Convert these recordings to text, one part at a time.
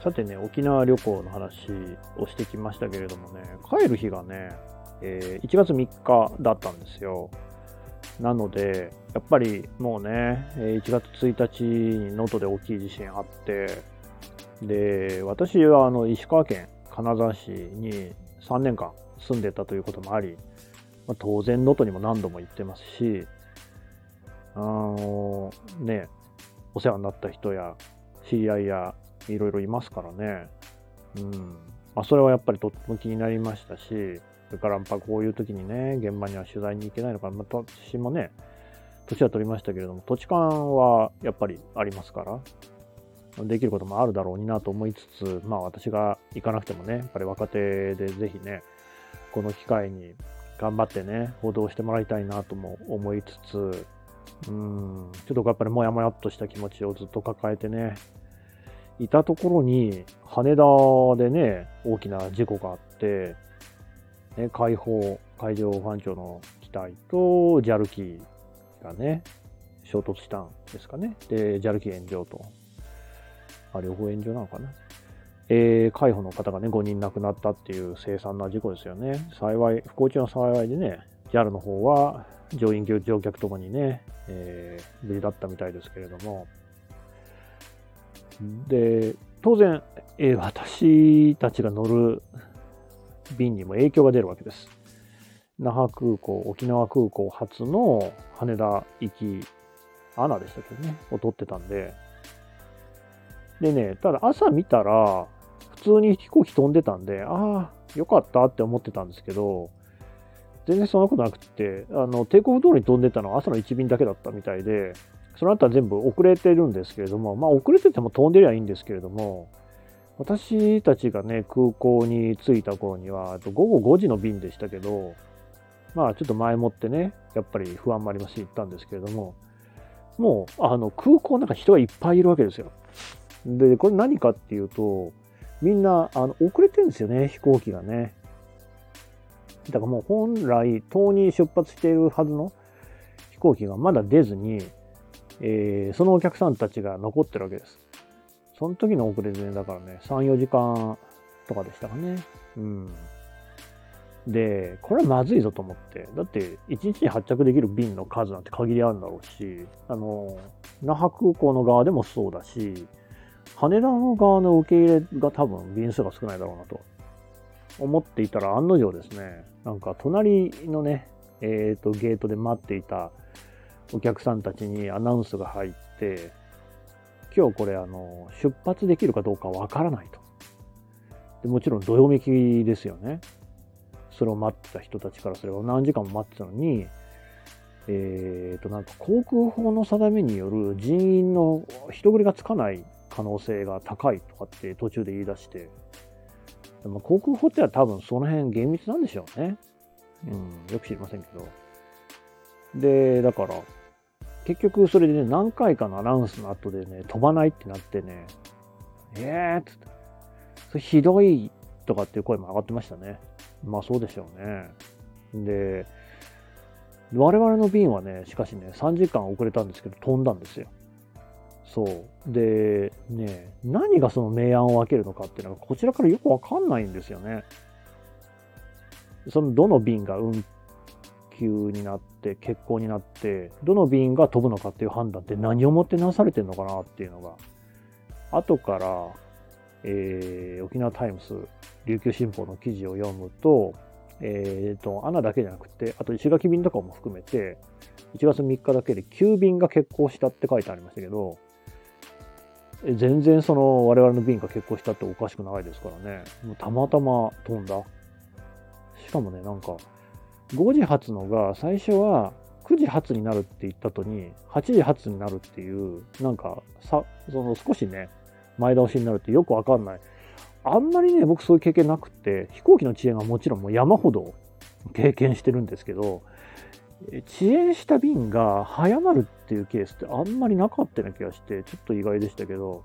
さてね、沖縄旅行の話をしてきましたけれどもね、帰る日がね、1月3日だったんですよ。なので、やっぱりもうね、1月1日に能登で大きい地震あって、で、私は石川県金沢市に3年間住んでたということもあり、当然能登にも何度も行ってますし、ね、お世話になった人や知り合いやいろいろいますからね。それはやっぱりとっても気になりましたし、それからやっぱこういう時にね、現場には取材に行けないのかな、私もね、年は取りましたけれども、土地勘はやっぱりありますから、できることもあるだろうになと思いつつ、私が行かなくてもね、やっぱり若手でぜひね、この機会に頑張ってね、報道してもらいたいなとも思いつつ、ちょっとやっぱりもやもやっとした気持ちをずっと抱えてね、いたところに羽田でね、大きな事故があって、ね、海上保安庁の機体と JAL 機がね、衝突したんですかね。で、JAL 機炎上と。両方炎上なのかな。海保の方がね、5人亡くなったっていう凄惨な事故ですよね。幸い、不幸中の幸いでね、JAL の方は乗員乗客ともにね、無事だったみたいですけれども。で、当然、私たちが乗る便にも影響が出るわけです。那覇空港、沖縄空港発の羽田行き、アナでしたけどね、を取ってたんで。でね、ただ朝見たら、普通に飛行機飛んでたんで、よかったって思ってたんですけど、全然そんなことなくって、テイクオフ通りに飛んでたのは朝の1便だけだったみたいで、その後は全部遅れてるんですけれども、遅れてても飛んでりゃいいんですけれども、私たちがね、空港に着いた頃には、午後5時の便でしたけど、ちょっと前もってね、やっぱり不安もありますし行ったんですけれども、もう、空港なんか人がいっぱいいるわけですよ。で、これ何かっていうと、みんな、遅れてるんですよね、飛行機がね。だからもう本来、島に出発しているはずの飛行機がまだ出ずに、そのお客さんたちが残ってるわけです。その時の遅れでね、だからね、3、4時間とかでしたかね。で、これはまずいぞと思って。だって、1日に発着できる便の数なんて限りあるんだろうし、那覇空港の側でもそうだし、羽田の側の受け入れが多分便数が少ないだろうなと思っていたら案の定ですね、なんか隣のね、ゲートで待っていたお客さんたちにアナウンスが入って、今日これ出発できるかどうかわからないと。でもちろんどよめきですよね。それを待ってた人たちからすれば何時間も待ってたのに、なんか航空法の定めによる人員の人繰りがつかない可能性が高いとかって途中で言い出して、航空法っては多分その辺厳密なんでしょうね。よく知りませんけど。で、だから、結局それでね、何回かのアナウンスの後でね、飛ばないってなってね、つって、それひどいとかっていう声も上がってましたね。そうでしょうね。で、我々の便はね、しかしね、3時間遅れたんですけど、飛んだんですよ。そう。で、ね、何がその明暗を分けるのかっていうのが、こちらからよくわかんないんですよね。どの便が運休になって、欠航になって、どの便が飛ぶのかっていう判断って何をもってなされてるのかなっていうのが、後から、沖縄タイムス、琉球新報の記事を読むと、アナだけじゃなくて、あと石垣便とかも含めて、1月3日だけで9便が欠航したって書いてありましたけど、全然その我々の便が欠航したっておかしくないですからね。もうたまたま飛んだ。しかもね、なんか、5時発のが最初は9時発になるって言った後に8時発になるっていう、なんか少しね、前倒しになるってよくわかんない。あんまりね、僕そういう経験なくて、飛行機の遅延がもちろんもう山ほど経験してるんですけど、遅延した便が早まるっていうケースってあんまりなかったような気がして、ちょっと意外でしたけど、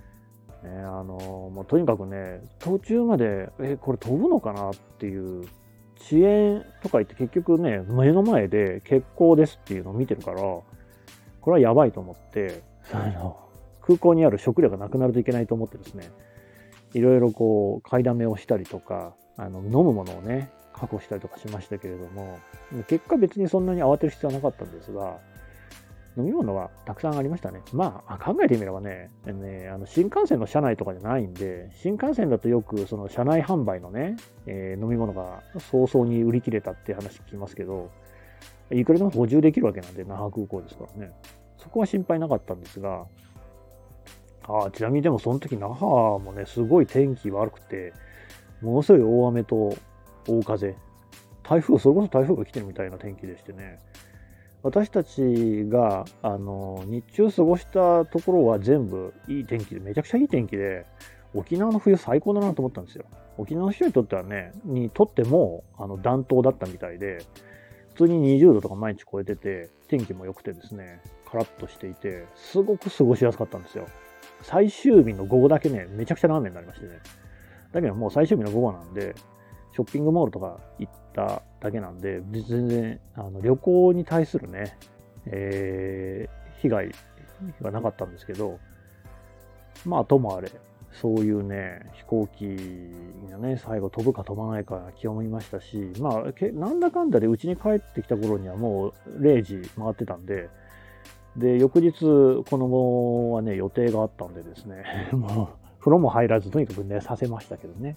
もうとにかくね、途中まで、これ飛ぶのかなっていう、遅延とか言って結局ね、目の前で欠航ですっていうのを見てるから、これはやばいと思って、空港にある食料がなくなるといけないと思ってですね、 いろいろこう買いだめをしたりとか、飲むものをね、確保したりとかしましたけれども、結果別にそんなに慌てる必要はなかったんですが、飲み物はたくさんありましたね。まあ、考えてみればね、新幹線の車内とかじゃないんで、新幹線だとよくその車内販売のね、飲み物が早々に売り切れたっていう話聞きますけど、いくらでも補充できるわけなんで、那覇空港ですからね。そこは心配なかったんですが、ちなみにでもその時那覇もね、すごい天気悪くて、ものすごい大雨と大風、それこそ台風が来てるみたいな天気でしてね、私たちが日中過ごしたところは全部いい天気で、めちゃくちゃいい天気で、沖縄の冬最高だなと思ったんですよ。沖縄の人にとってはね、も暖冬だったみたいで、普通に20度とか毎日超えてて、天気も良くてですね、カラッとしていて、すごく過ごしやすかったんですよ。最終日の午後だけね、めちゃくちゃラーメンになりましてね。だけどもう最終日の午後なんで、ショッピングモールとか行っただけなんで、全然旅行に対するね、被害がなかったんですけど、まあともあれ、そういうね、飛行機がね、最後飛ぶか飛ばないか気をもみましたし、まあ、なんだかんだで家に帰ってきた頃にはもう0時回ってたんで、で、翌日、子供はね、予定があったんでですね、もう、風呂も入らず、とにかく寝させましたけどね。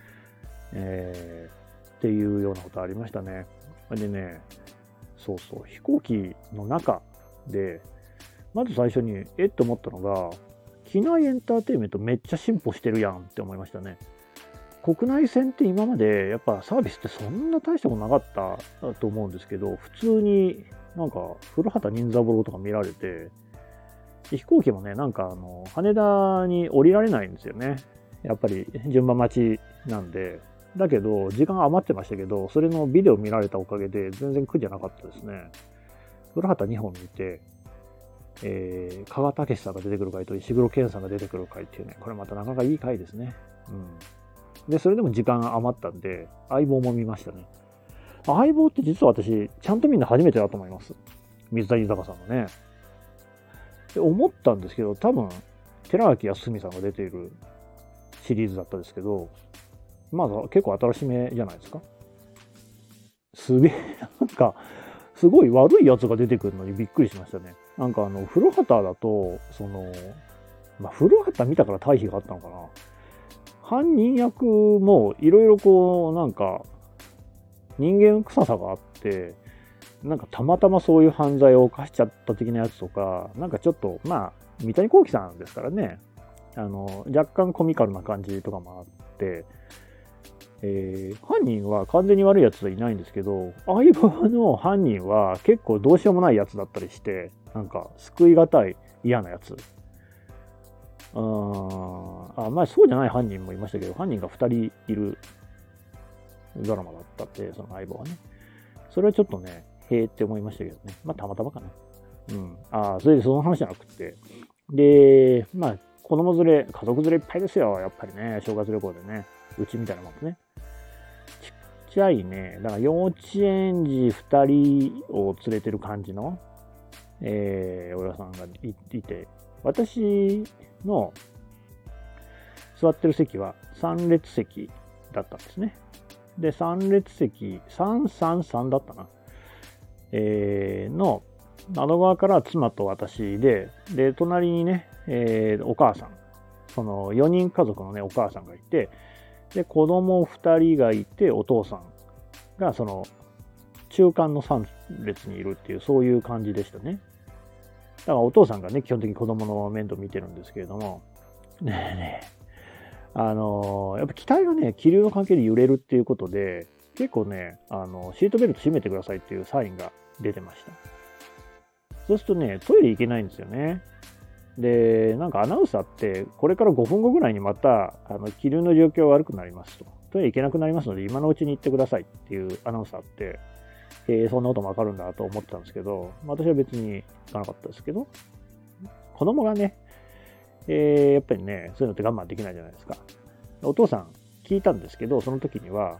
っていうようなことありましたね。でね、そうそう、飛行機の中で、まず最初に、って思ったのが、機内エンターテインメントめっちゃ進歩してるやんって思いましたね。国内線って今までやっぱサービスってそんな大したことなかったと思うんですけど、普通になんか古畑任三郎とか見られて、飛行機もね、なんか羽田に降りられないんですよね。やっぱり順番待ちなんで。だけど、時間余ってましたけど、それのビデオ見られたおかげで全然苦じゃなかったですね。古畑2本見て、加賀武さんが出てくる回と石黒賢さんが出てくる回っていうね、これまたなかなかいい回ですね。うん。で、それでも時間余ったんで、相棒も見ましたね。相棒って実は私、ちゃんと見るの初めてだと思います。水谷豊さんのね。で、思ったんですけど、多分、寺脇康文さんが出ているシリーズだったんですけど、まだ結構新しめじゃないですか。すげえ、なんか、すごい悪いやつが出てくるのにびっくりしましたね。なんか古畑だと、古畑見たから対比があったのかな。犯人役もいろいろこう、なんか、人間臭さがあって、なんかたまたまそういう犯罪を犯しちゃった的なやつとか、なんかちょっと、まあ、三谷幸喜さんですからね、若干コミカルな感じとかもあって、犯人は完全に悪いやつはいないんですけど、相棒の犯人は結構どうしようもないやつだったりして、なんか救いがたい嫌なやつ。まあそうじゃない犯人もいましたけど、犯人が2人いるドラマだったって、その相棒はね。それはちょっとね、へーって思いましたけどね。まあたまたまかな。うん。それでその話じゃなくて。で、まあ子供連れ、家族連れいっぱいですよ。やっぱりね、正月旅行でね。うちみたいなもんね。ちっちゃいね、だから幼稚園児2人を連れてる感じの、親さんがいて、私の座ってる席は3列席だったんですね。で、3列席、333だったな。の窓側から妻と私で、隣にね、お母さん、その4人家族のね、お母さんがいて、で、子供2人がいて、お父さんがその中間の3列にいるっていう、そういう感じでしたね。だからお父さんがね、基本的に子供の面倒見てるんですけれども、ねえねえ、やっぱ機体がね、気流の関係で揺れるっていうことで、結構ね、シートベルト締めてくださいっていうサインが出てました。そうするとね、トイレ行けないんですよね。で、なんかアナウンサーって、これから5分後ぐらいにまた、気流の状況が悪くなりますと。トイレ行けなくなりますので、今のうちに行ってくださいっていうアナウンサーって、そんなこともわかるんだと思ってたんですけど、私は別に行かなかったですけど、子供がね、やっぱりね、そういうのって我慢できないじゃないですか。お父さん聞いたんですけど、その時には、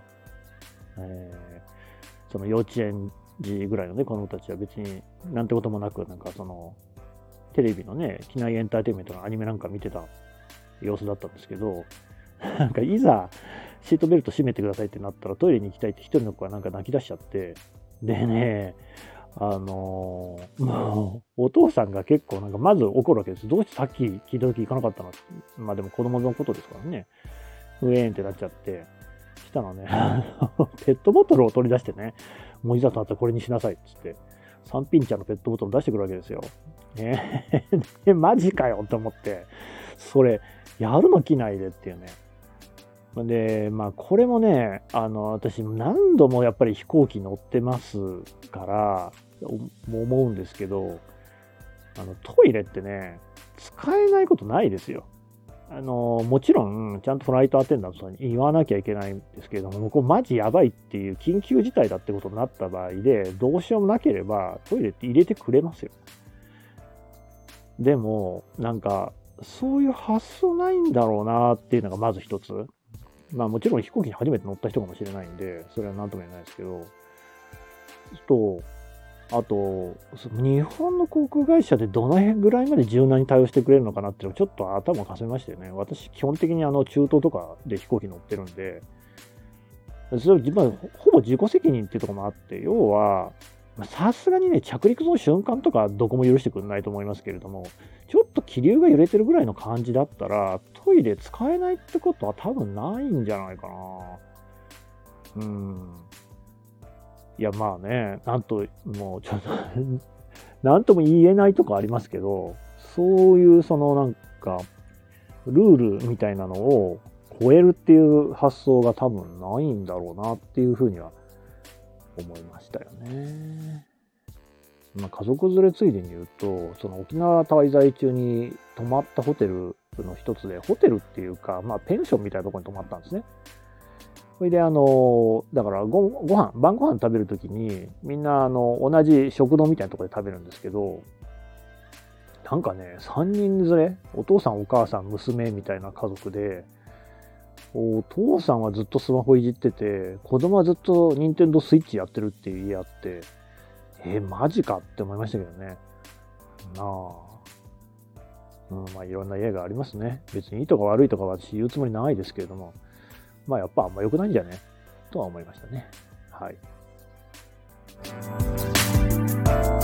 その幼稚園児ぐらいのね、子供たちは別になんてこともなく、なんかその、テレビのね、機内エンターテインメントのアニメなんか見てた様子だったんですけど、 なんかいざシートベルト締めてくださいってなったらトイレに行きたいって一人の子がなんか泣き出しちゃって、でね、もうお父さんが結構なんかまず怒るわけです。どうしてさっき聞いた時行かなかったの？まあでも子供のことですからね。うえーんってなっちゃって。したらね、ペットボトルを取り出してね、もういざとなったらこれにしなさいっつって、三品茶のペットボトル出してくるわけですよ。ねえ、マジかよって思って、それ、やるの機内でっていうね。で、まあ、これもね、私、何度もやっぱり飛行機乗ってますから、思うんですけど、トイレってね、使えないことないですよ。もちろん、ちゃんとフライトアテンダントさんに言わなきゃいけないんですけれども、これマジやばいっていう緊急事態だってことになった場合で、どうしようもなければトイレって入れてくれますよ。でも、なんか、そういう発想ないんだろうなっていうのがまず一つ。まあもちろん飛行機に初めて乗った人かもしれないんで、それは何とも言えないですけど、あと、日本の航空会社でどの辺ぐらいまで柔軟に対応してくれるのかなっていうのをちょっと頭をかせましてね。私、基本的に中東とかで飛行機乗ってるんで、それほぼ自己責任っていうところもあって、要は、さすがにね、着陸の瞬間とかどこも許してくれないと思いますけれども、ちょっと気流が揺れてるぐらいの感じだったら、トイレ使えないってことは多分ないんじゃないかな。いや、まあね、もうちょっとなんとも言えないとこありますけど、そういうなんか、ルールみたいなのを超えるっていう発想が多分ないんだろうなっていうふうには思いましたよね。まあ、家族連れついでに言うと、その沖縄滞在中に泊まったホテルの一つで、ホテルっていうか、まあペンションみたいなところに泊まったんですね。それでだから晩ご飯食べるときに、みんな同じ食堂みたいなところで食べるんですけど、なんかね、3人連れ、お父さんお母さん娘みたいな家族で、お父さんはずっとスマホいじってて、子供はずっと任天堂スイッチやってるっていう家あって、マジかって思いましたけどね。まあいろんな家がありますね。別にいいとか悪いとかは私言うつもりないですけれども、まあやっぱあんま良くないんじゃねとは思いましたね。はい。